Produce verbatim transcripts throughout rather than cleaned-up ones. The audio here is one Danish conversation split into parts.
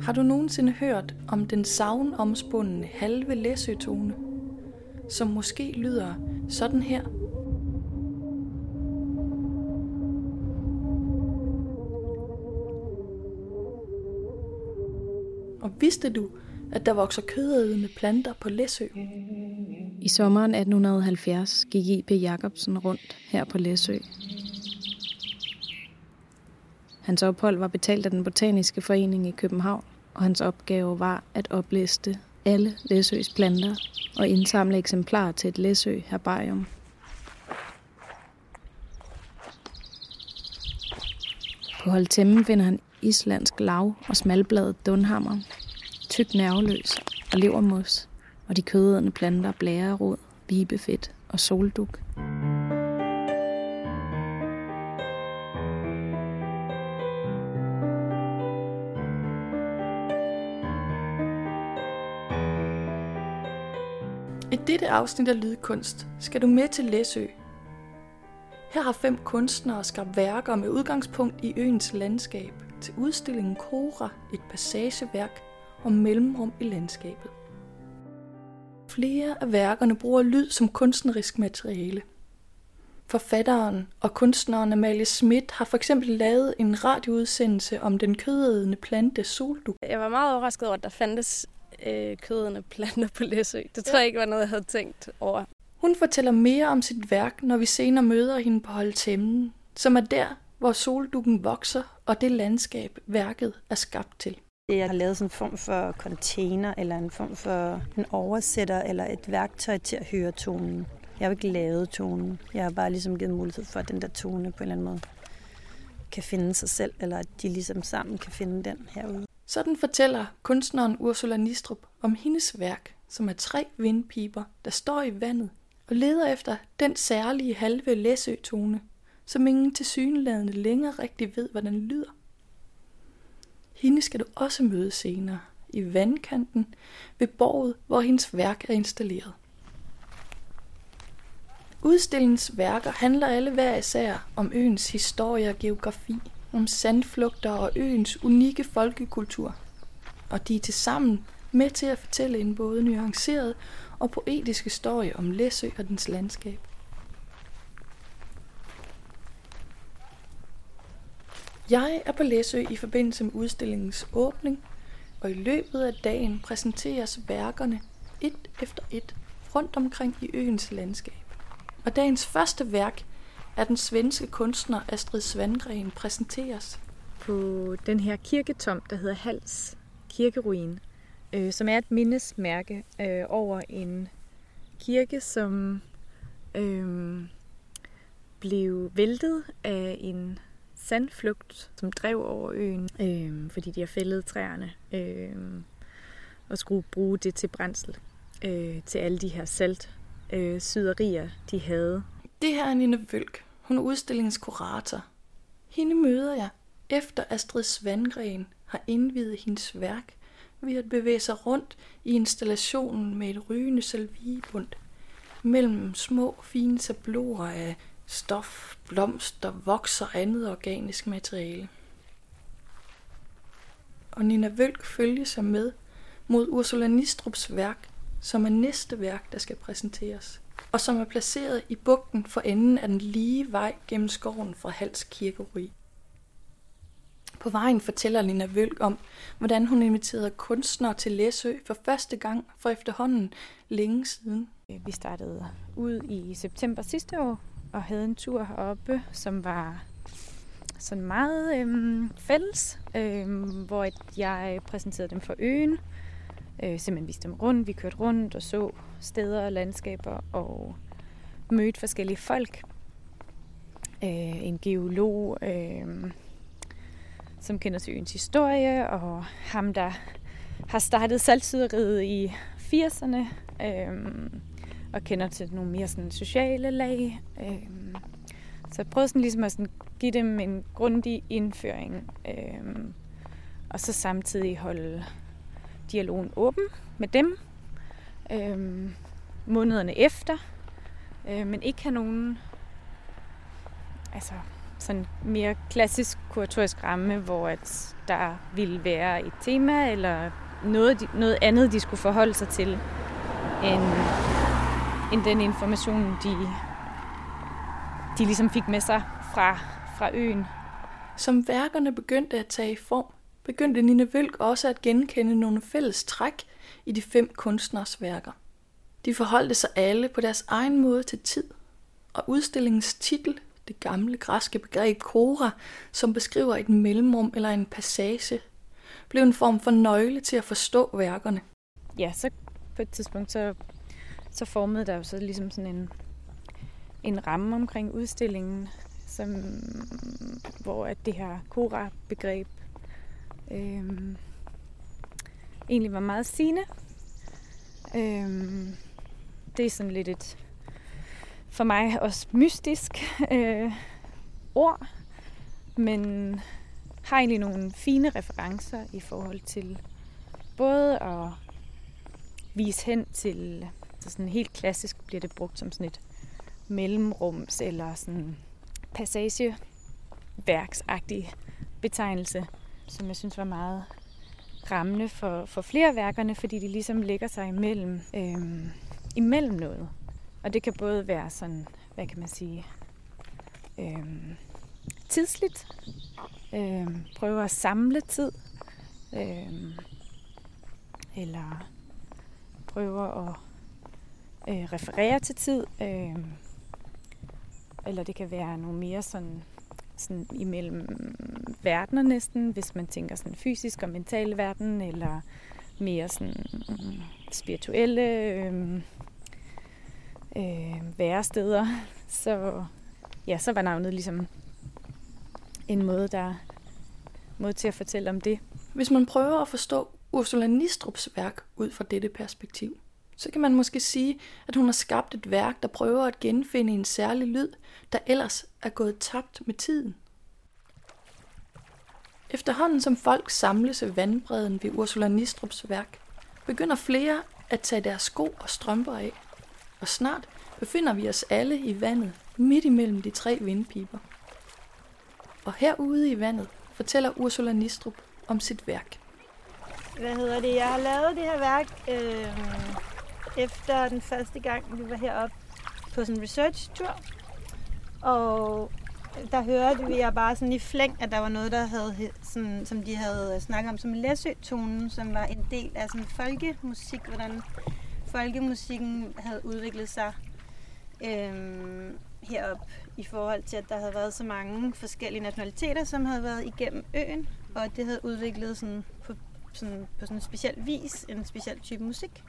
Har du nogensinde hørt om den sagnomspundne halve læsøtone, som måske lyder sådan her? Og vidste du, at der vokser kødædende planter på Læsø? I sommeren atten halvfjerds gik I P Jacobsen rundt her på Læsø. Hans ophold var betalt af den botaniske forening i København, og hans opgave var at opliste alle Læsøs planter og indsamle eksemplarer til et Læsø herbarium. På Holtemme finder han islandsk lav og smalbladet dunhammer, tyk nerveløs og levermos, og de kødædende planter blærerod, vibefedt og soldug. I dette afsnit af Lydkunst skal du med til Læsø. Her har fem kunstnere skabt værker med udgangspunkt i øens landskab til udstillingen Kora, et passageværk om mellemrum i landskabet. Flere af værkerne bruger lyd som kunstnerisk materiale. Forfatteren og kunstneren Amalie Schmidt har for eksempel lavet en radioudsendelse om den kødædende plante soldug. Jeg var meget overrasket over, at der fandtes øh, kødædende planter på Læsø. Det tror jeg ikke var noget, jeg havde tænkt over. Hun fortæller mere om sit værk, når vi senere møder hende på Holtemmen, som er der, hvor soldukken vokser, og det landskab, værket er skabt til. Jeg har lavet sådan en form for container, eller en form for en oversætter, eller et værktøj til at høre tonen. Jeg har ikke lavet tonen. Jeg har bare ligesom givet mulighed for, at den der tone på en eller anden måde kan finde sig selv, eller at de ligesom sammen kan finde den herude. Sådan fortæller kunstneren Ursula Nistrup om hendes værk, som er tre vindpiber, der står i vandet og leder efter den særlige halve Læsø-tone, som ingen tilsyneladende længere rigtig ved, hvordan den lyder. Hende skal du også møde senere i vandkanten ved borget, hvor hendes værk er installeret. Udstillingens værker handler alle hver især om øens historie og geografi, om sandflugter og øens unikke folkekultur. Og de er tilsammen med til at fortælle en både nuanceret og poetisk historie om Læsø og dens landskab. Jeg er på Læsø i forbindelse med udstillingens åbning, og i løbet af dagen præsenteres værkerne et efter et rundt omkring i øens landskab. Og dagens første værk er den svenske kunstner Astrid Svanngren præsenteres. På den her kirketomt, der hedder Hals Kirkeruin, øh, som er et mindesmærke øh, over en kirke, som øh, blev væltet af en sandflugt, som drev over øen, øh, fordi de har fældet træerne øh, og skulle bruge det til brændsel øh, til alle de her salt øh, syderier, de havde. Det her er Nina Wølk. Hun er udstillingens kurator. Hende møder jeg, efter Astrid Svanngren har indviet hendes værk ved at bevæge sig rundt i installationen med et rygende salviebund mellem små, fine tabloer af stof, blomster, voks og andet organisk materiale. Og Nina Wølk følger sig med mod Ursula Nistrups værk, som er næste værk, der skal præsenteres, og som er placeret i bugten for enden af den lige vej gennem skoven fra Hals Kirkeruin. På vejen fortæller Nina Wølk om, hvordan hun inviterede kunstnere til Læsø for første gang for efterhånden længe siden. Vi startede ud i september sidste år og havde en tur heroppe, som var sådan meget øhm, fælles, øhm, hvor jeg præsenterede dem for øen. Øh, simpelthen viste dem rundt. Vi kørte rundt og så steder og landskaber og mødte forskellige folk. Øh, en geolog, øh, som kender til øens historie, og ham, der har startet saltsyderiet i firserne, øh, og kender til nogle mere sådan sociale lag. Øh, så jeg prøvede sådan ligesom at sådan give dem en grundig indføring, øh, og så samtidig holde dialogen åben med dem øh, månederne efter, øh, men ikke have nogen altså sådan mere klassisk kuratorisk ramme, hvor at der ville være et tema eller noget, noget andet, de skulle forholde sig til, end, end den information, de, de ligesom fik med sig fra, fra øen. Som værkerne begyndte at tage i form, begyndte Nina Wølk også at genkende nogle fælles træk i de fem kunstneres værker. De forholdte sig alle på deres egen måde til tid, og udstillingens titel, det gamle græske begreb kora, som beskriver et mellemrum eller en passage, blev en form for nøgle til at forstå værkerne. Ja, så på et tidspunkt så, så formede der jo så ligesom sådan en, en ramme omkring udstillingen, som, hvor at det her kora-begreb øhm, egentlig var meget sigende. Øhm, det er sådan lidt et, for mig også mystisk øh, ord, men har egentlig nogle fine referencer i forhold til både at vise hen til, så sådan helt klassisk bliver det brugt som sådan et mellemrums eller sådan passageværksagtig betegnelse, som jeg synes var meget rammende for, for flere af værkerne, fordi de ligesom lægger sig imellem, øhm, imellem noget. Og det kan både være sådan, hvad kan man sige, øhm, tidsligt, øhm, prøve at samle tid, øhm, eller prøve at øh, referere til tid, øhm, eller det kan være nogle mere sådan, sådan imellem verdener næsten, hvis man tænker sådan fysisk og mental verden, eller mere sådan mm, spirituelle øh, øh, væresteder. Så ja, så var navnet ligesom en måde, der måde til at fortælle om det. Hvis man prøver at forstå Ursula Nistrups værk ud fra dette perspektiv, så kan man måske sige, at hun har skabt et værk, der prøver at genfinde en særlig lyd, der ellers er gået tabt med tiden. Efterhånden som folk samles ved vandbredden ved Ursula Nistrups værk, begynder flere at tage deres sko og strømper af, og snart befinder vi os alle i vandet midt imellem de tre vindpiber. Og herude i vandet fortæller Ursula Nistrup om sit værk. Hvad hedder det? Jeg har lavet det her værk øh, efter den første gang, vi var heroppe på sådan en research-tur. Og der hørte vi jeg bare sådan i flæng, at der var noget, der havde, sådan, som de havde snakket om som Læsø-tonen, som var en del af sådan folkemusik, hvordan folkemusikken havde udviklet sig øh, heroppe i forhold til, at der havde været så mange forskellige nationaliteter, som havde været igennem øen, og det havde udviklet sådan på Sådan, på sådan en speciel vis, en speciel type musik.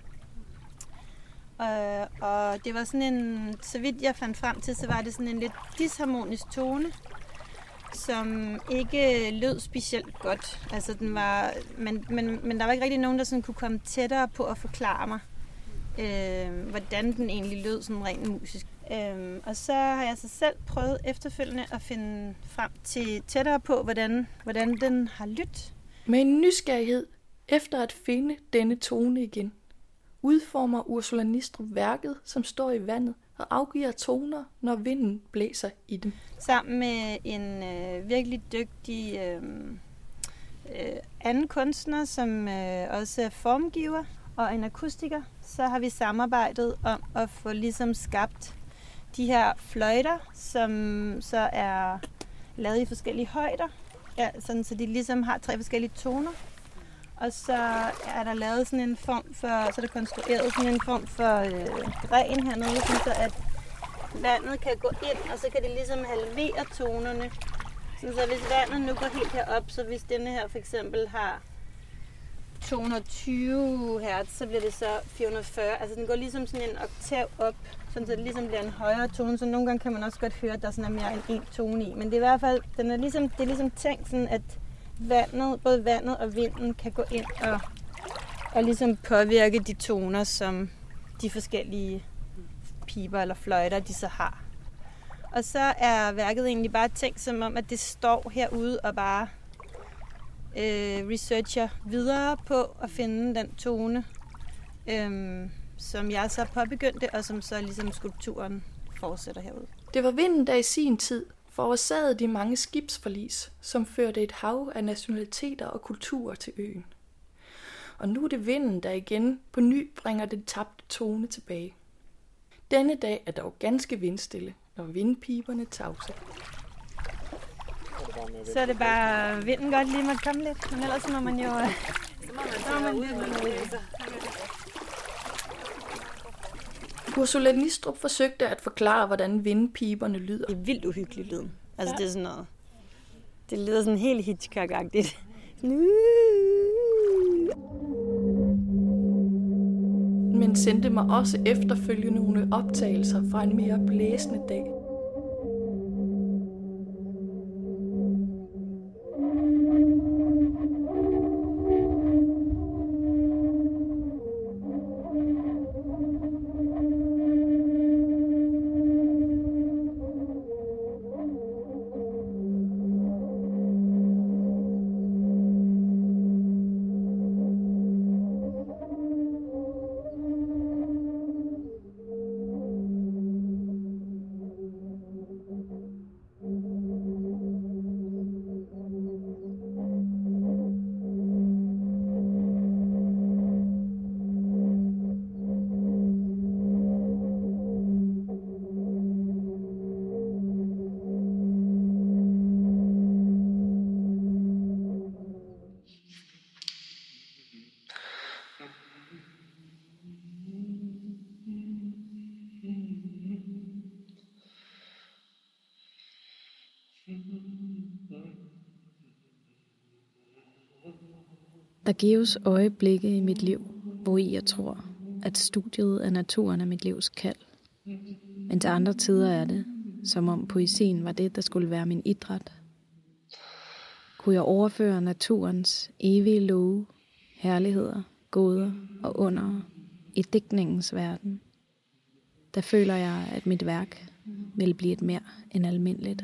Og, og det var sådan en, så vidt jeg fandt frem til, så var det sådan en lidt disharmonisk tone, som ikke lød specielt godt. Altså den var, men, men, men der var ikke rigtig nogen, der sådan kunne komme tættere på at forklare mig, øh, hvordan den egentlig lød sådan rent musisk. Øh, og så har jeg så selv prøvet efterfølgende at finde frem til tættere på, hvordan, hvordan den har lyttet. Med en nysgerrighed efter at finde denne tone igen, udformer Ursula Nistrup værket, som står i vandet og afgiver toner, når vinden blæser i dem. Sammen med en øh, virkelig dygtig øh, øh, anden kunstner, som øh, også er formgiver og en akustiker, så har vi samarbejdet om at få ligesom skabt de her fløjter, som så er lavet i forskellige højder. Ja, sådan, så de ligesom har tre forskellige toner. Og så er der lavet sådan en form for, så er der konstrueret sådan en form for øh, dræn hernede, så at vandet kan gå ind, og så kan det ligesom halvere tonerne. Sådan, så hvis vandet nu går helt herop, så hvis denne her for eksempel har to hundrede og tyve hertz, så bliver det så fire hundrede og fyrre. Altså den går ligesom sådan en oktav op, sådan så det ligesom bliver en højere tone. Så nogle gange kan man også godt høre, at der sådan er mere end en tone i. Men det er i hvert fald, den er ligesom, det er ligesom tænkt sådan, at vandet, både vandet og vinden kan gå ind og, og ligesom påvirke de toner, som de forskellige piber eller fløjter, de så har. Og så er værket egentlig bare tænkt som om, at det står herude og bare øh, researcher videre på at finde den tone, øh, som jeg så påbegyndte, og som så ligesom skulpturen fortsætter herude. Det var vinden, der i sin tid forårsagede de mange skibsforlis, som førte et hav af nationaliteter og kulturer til øen. Og nu er det vinden, der igen på ny bringer det tabte tone tilbage. Denne dag er dog ganske vindstille, når vindpiberne tavse. Så er det bare, vinden godt lige måtte komme lidt, men ellers må man jo... Så må man lidt... Ursula Nistrup forsøgte at forklare, hvordan vindpiberne lyder. Det er vildt uhyggeligt lyden. Altså ja. Det er sådan noget... Det lyder sådan helt Hitchcock-agtigt. Men sendte mig også efterfølgende nogle optagelser fra en mere blæsende dag. Der gives øjeblikke i mit liv, hvor jeg tror, at studiet af naturen er mit livs kald. Men til andre tider er det, som om poesien var det, der skulle være min idræt. Kunne jeg overføre naturens evige love, herligheder, goder og under i digtningens verden, der føler jeg, at mit værk vil blive et mere end almindeligt.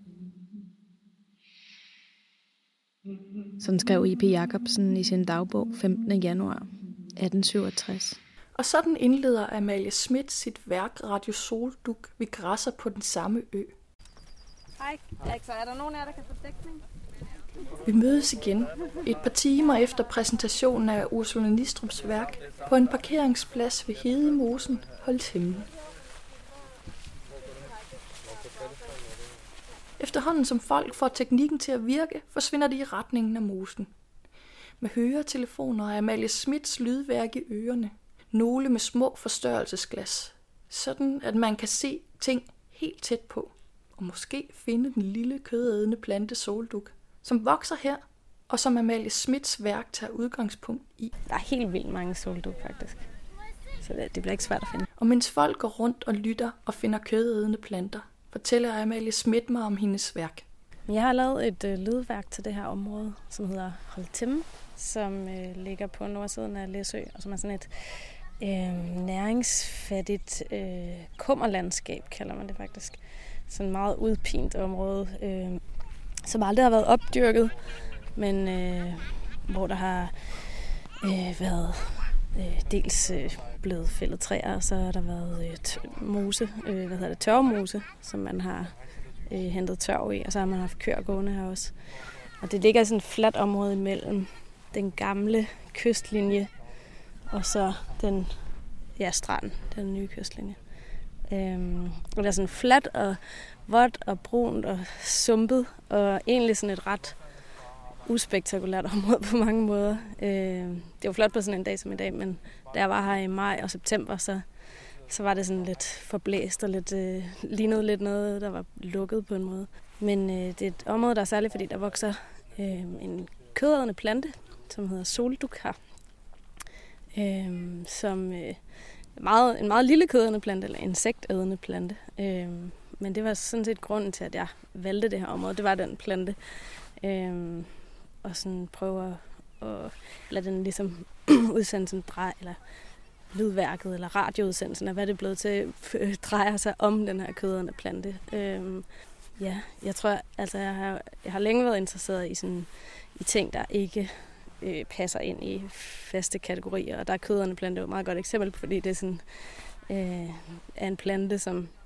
Sådan skrev I P Jacobsen i sin dagbog femtende januar atten syvogtres. Og sådan indleder Amalie Schmidt sit værk Radio Solduk, vi græsser på den samme ø. Hej, Alexa. Er der nogen af jer, der kan få dækning? Vi mødes igen et par timer efter præsentationen af Ursula Nistrups værk på en parkeringsplads ved Hedemosen, Holthemmen. Efterhånden som folk får teknikken til at virke, forsvinder de i retningen af mosen. Med høretelefoner er Amalie Schmidts lydværk i ørerne. Nogle med små forstørrelsesglas. Sådan at man kan se ting helt tæt på. Og måske finde den lille kødædende plante solduk, som vokser her, og som Amalie Schmidts værk tager udgangspunkt i. Der er helt vildt mange solduk faktisk. Så det, det bliver ikke svært at finde. Og mens folk går rundt og lytter og finder kødædende planter, fortæller Amalie Schmidt mig om hendes værk. Jeg har lavet et øh, lydværk til det her område, som hedder Holthemmen, som øh, ligger på nordsiden af Læsø, og som er sådan et øh, næringsfattigt øh, kummerlandskab, kalder man det faktisk. Sådan et meget udpint område, øh, som aldrig har været opdyrket, men øh, hvor der har øh, været øh, dels øh, blevet fældet træer, og så har der været øh, t- mose, øh, hvad hedder det, tørvemose, som man har øh, hentet tørv i, og så har man haft køer gående her også. Og det ligger i sådan et fladt område imellem den gamle kystlinje og så den ja, strand, den nye kystlinje. Øhm, og det er sådan fladt og vådt og brunt og sumpet, og egentlig sådan et ret uspektakulært område på mange måder. Øh, det var flot på sådan en dag som i dag, men da jeg var her i maj og september, så, så var det sådan lidt forblæst og lidt, øh, lignede lidt noget, der var lukket på en måde. Men øh, det er et område, der er særligt, fordi der vokser øh, en kødædende plante, som hedder solduk her, øh, som øh, meget, en meget lille kødædende plante, eller insektædende plante. Øh, men det var sådan set grunden til, at jeg valgte det her område. Det var den plante. Øh, og sådan prøve at, at lade den ligesom udsendelsen dreje, eller lydværket, eller radioudsendelsen, og hvad det er blevet til, drejer sig om den her kødædende plante. Øh, ja, jeg tror, altså jeg har, jeg har længe været interesseret i sådan i ting, der ikke øh, passer ind i faste kategorier, og der er kødædende plante jo et meget godt eksempel, fordi det er sådan øh, er en plante, som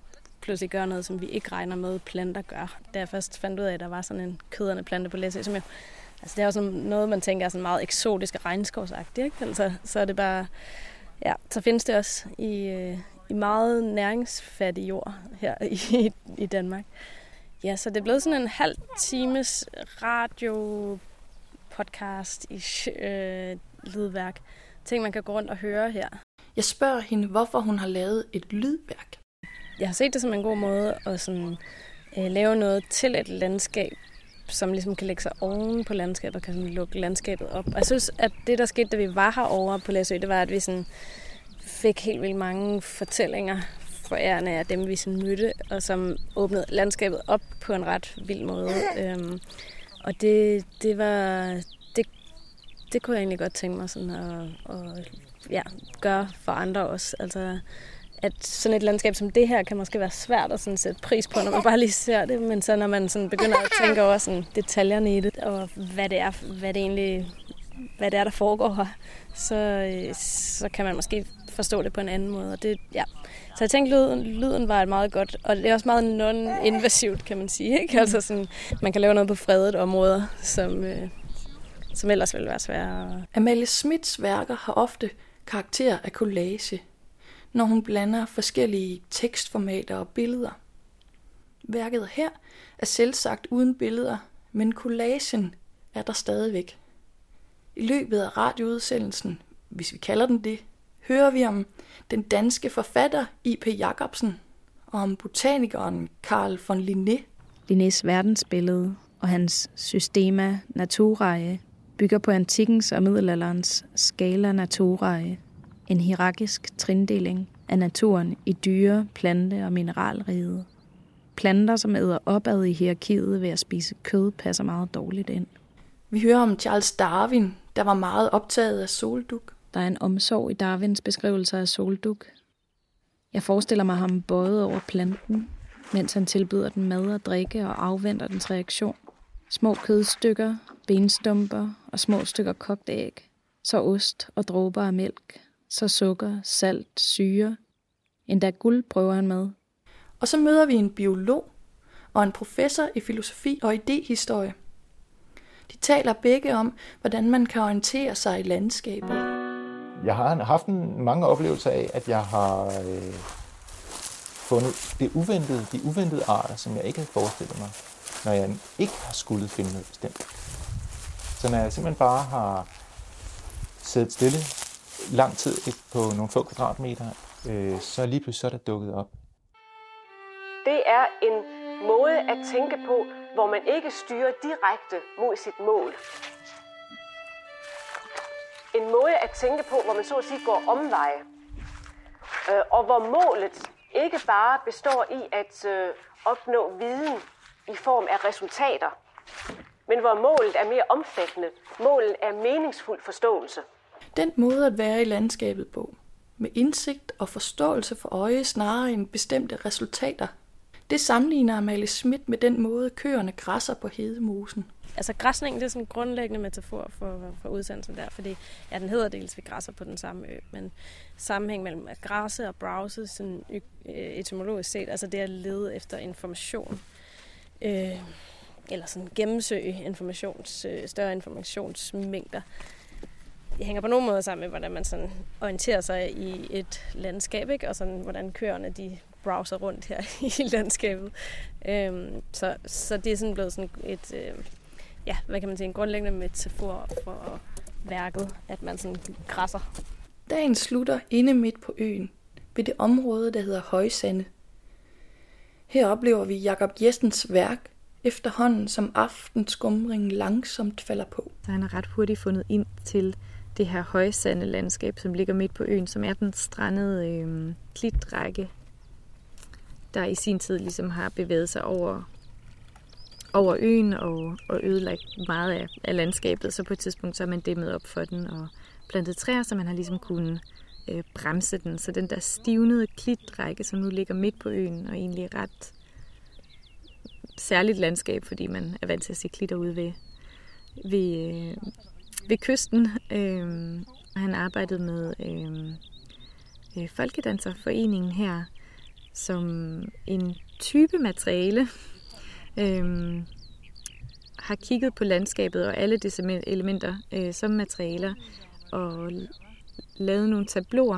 pludselig gøre noget, som vi ikke regner med, planter gør. Da jeg først fandt ud af, at der var sådan en køderne plante på Læsø, som jo, altså det er jo sådan noget, man tænker er sådan meget eksotisk og regnskovsagtigt, ikke? Altså, så er det bare, ja, så findes det også i, øh, i meget næringsfattig jord her i, i Danmark. Ja, så det er blevet sådan en halv times radio podcast i øh, lydværk. Ting, man kan gå rundt og høre her. Jeg spørger hende, hvorfor hun har lavet et lydværk. Jeg har set det som en god måde at sådan, øh, lave noget til et landskab, som ligesom kan lægge sig oven på landskabet og kan sådan lukke landskabet op. Og jeg synes, at det, der skete, da vi var herovre på Læsø, det var, at vi sådan fik helt vildt mange fortællinger forærende af dem, vi sådan mødte, og som åbnede landskabet op på en ret vild måde. Øhm, og det, det var... Det, det kunne jeg egentlig godt tænke mig sådan at, at ja, gøre for andre også. Altså, at sådan et landskab som det her kan måske være svært at sådan sætte pris på, når man bare lige ser det, men så når man sådan begynder at tænke over sådan detaljerne i det, og hvad det er, hvad det egentlig, hvad det er, der foregår her, så, så kan man måske forstå det på en anden måde. Og det, ja. Så jeg tænkte, lyden, lyden var et meget godt, og det er også meget non-invasivt, kan man sige. Ikke? Altså sådan, man kan lave noget på fredede områder, som, øh, som ellers ville være svære. Amalie Smiths værker har ofte karakter af collage, når hun blander forskellige tekstformater og billeder. Værket her er selvsagt uden billeder, men collagen er der stadigvæk. I løbet af radioudsendelsen, hvis vi kalder den det, hører vi om den danske forfatter I P Jacobsen og om botanikeren Carl von Linné. Linnés verdensbillede og hans Systema Naturae bygger på antikkens og middelalderens Scala Naturae, en hierarkisk trindeling af naturen i dyre, plante- og mineralriget. Planter, som æder opad i hierarkiet ved at spise kød, passer meget dårligt ind. Vi hører om Charles Darwin, der var meget optaget af soldug. Der er en omsorg i Darwins beskrivelser af soldug. Jeg forestiller mig ham bøjet over planten, mens han tilbyder den mad og drikke og afventer dens reaktion. Små kødstykker, benstumper og små stykker kogt æg, så ost og dråber af mælk, så sukker, salt, syre. Endda guld prøver han med. Og så møder vi en biolog og en professor i filosofi og idéhistorie. De taler begge om, hvordan man kan orientere sig i landskabet. Jeg har haft en, mange oplevelser af, at jeg har øh, fundet det uventede, de uventede arter, som jeg ikke havde forestillet mig, når jeg ikke har skulle finde noget bestemt. Så når jeg simpelthen bare har siddet stille lang tid på nogle få kvadratmeter, øh, så lige pludselig så er der dukket op. Det er en måde at tænke på, hvor man ikke styrer direkte mod sit mål. En måde at tænke på, hvor man så at sige går omveje. Øh, og hvor målet ikke bare består i at øh, opnå viden i form af resultater, men hvor målet er mere omfattende. Målet er meningsfuld forståelse. Den måde at være i landskabet på, med indsigt og forståelse for øje snarere end bestemte resultater, det sammenligner Amalie Smith med den måde, køerne græsser på hedemosen. Altså græsningen, det er sådan en grundlæggende metafor for, for udsendelsen der, fordi ja, den hedder dels, vi græsser på den samme ø, men sammenhæng mellem at græsse og browse, sådan etymologisk set, altså det at lede efter information, øh, eller sådan gennemsøge informations, øh, større informationsmængder. Det hænger på nogen måde sammen med, hvordan man sådan orienterer sig i et landskab, ikke? Og sådan, hvordan køerne de browser rundt her i landskabet. Øhm, så, så det er sådan blevet sådan et, øh, ja, hvad kan man sige, en grundlæggende metafor for værket, at man sådan græsser. Dagen slutter inde midt på øen, ved det område, der hedder Højsande. Her oplever vi Jacob Jessens værk, efterhånden som aftenskumringen langsomt falder på. Så han har ret hurtigt fundet ind til det her højsande landskab, som ligger midt på øen, som er den strandede øh, klitrække, der i sin tid ligesom har bevæget sig over, over øen og, og ødelagt meget af, af landskabet. Så på et tidspunkt så er man dæmmet op for den og plantet træer, så man har ligesom kunnet øh, bremse den. Så den der stivnede klitrække, som nu ligger midt på øen, og egentlig ret særligt landskab, fordi man er vant til at se klitter ude ved, ved, øh, ved kysten. Øh, og han arbejdede med øh, øh, Folkedanserforeningen her, som en type materiale øh, har kigget på landskabet og alle disse elementer øh, som materialer og lavet nogle tableauer,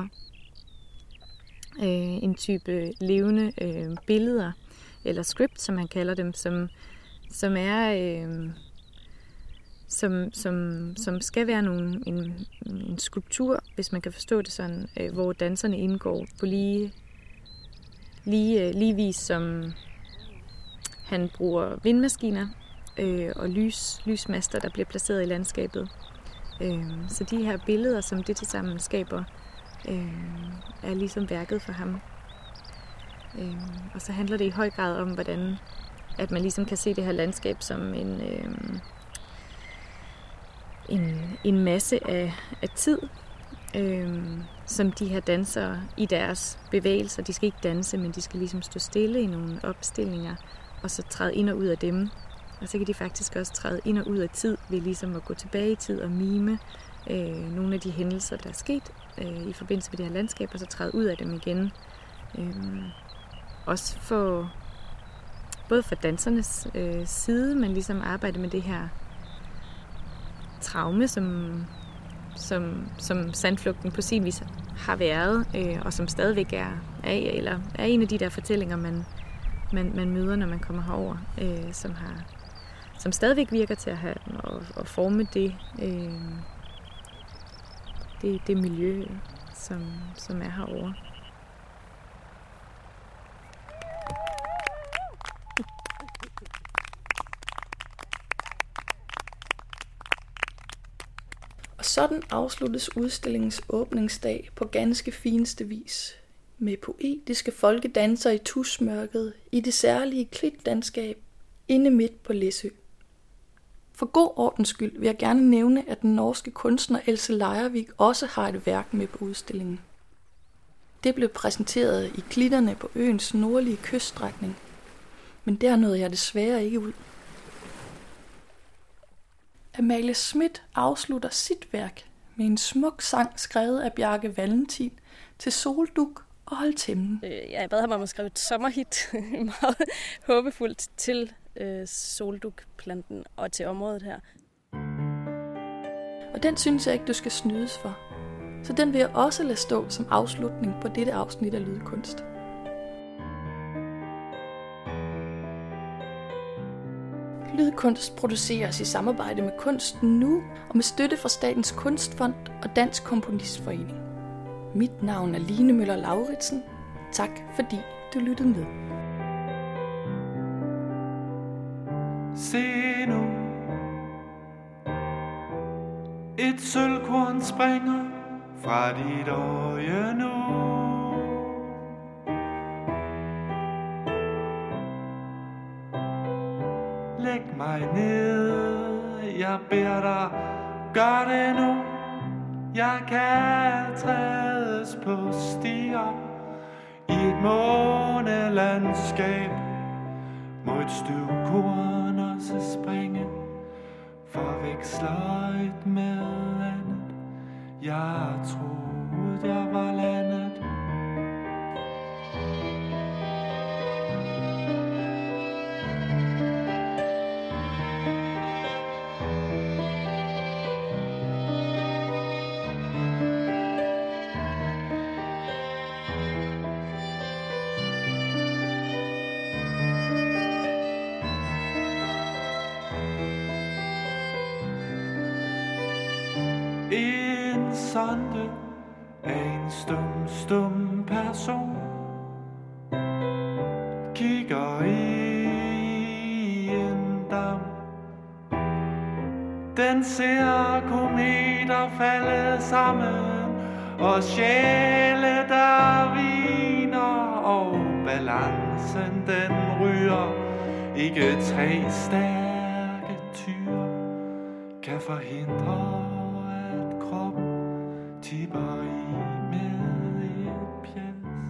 øh, en type levende øh, billeder, eller script, som han kalder dem, som, som er øh, som, som, som skal være nogle, en, en skulptur, hvis man kan forstå det sådan, øh, hvor danserne indgår på lige, lige, lige vis, som han bruger vindmaskiner øh, og lys, lysmaster, der bliver placeret i landskabet. Øh, så de her billeder, som det tilsammen skaber, øh, er ligesom værket for ham. Øh, og så handler det i høj grad om, hvordan at man ligesom kan se det her landskab som en, øh, en, en masse af, af tid, øh, som de her dansere i deres bevægelser, de skal ikke danse, men de skal ligesom stå stille i nogle opstillinger, og så træde ind og ud af dem. Og så kan de faktisk også træde ind og ud af tid ved ligesom at gå tilbage i tid og mime øh, nogle af de hændelser, der er sket øh, i forbindelse med det her landskab, og så træde ud af dem igen. Øh, også for, både for dansernes øh, side, men ligesom arbejde med det her traume, som, som, som Sandflugten på sin vis har været, øh, og som stadigvæk er, er, eller er en af de der fortællinger, man, man, man møder, når man kommer herover, øh, som har som stadigvæk virker til at have og, og forme det, øh, det, det miljø, som, som er herovre. Og sådan afsluttes udstillingens åbningsdag på ganske fineste vis, med poetiske folkedanser i tusmørket i det særlige klitlandskab inde midt på Læsø. For god ordens skyld vil jeg gerne nævne, at den norske kunstner Else Lejervik også har et værk med på udstillingen. Det blev præsenteret i klitterne på øens nordlige kyststrækning, men der nåede jeg desværre ikke ud. Amalie Schmidt afslutter sit værk med en smuk sang skrevet af Bjarke Valentin til Solduk og Holtemmen. Jeg bad ham om at skrive et sommerhit, meget håbefuldt til øh, soldukplanten og til området her. Og den synes jeg ikke, du skal snydes for. Så den vil jeg også lade stå som afslutning på dette afsnit af Lydkunst. Lydkunst produceres i samarbejde med Kunsten Nu og med støtte fra Statens Kunstfond og Dansk Komponistforening. Mit navn er Line Møller Lauritsen. Tak fordi du lyttede med. Se nu, et sølvkorn springer fra dit øje nu. Læg mig ned, jeg beder dig, gør det nu. Jeg kan trædes på stier i et månelandskab. Må et støvkorn også springe, forveksler et med andet. Jeg troede, jeg var landet. En sonde af en stum, stum person kigger i en dam. Den ser kometer falde sammen og sjæle der viner, og balancen den ryger. Ikke tre stærke tyre kan forhindre tipper i med et pjask.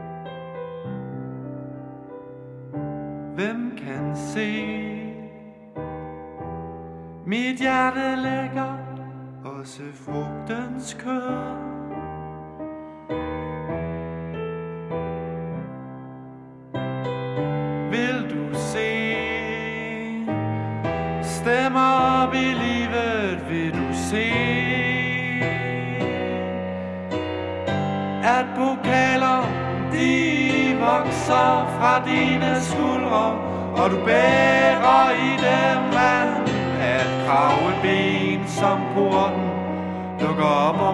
Hvem kan se Mit hjerte lægger også frugtens kød. Vil du se stemmer op i livet, vil du se at pokaler de vokser fra dine skuldre, og du bærer i dem vand, at krave ben som porten lukker op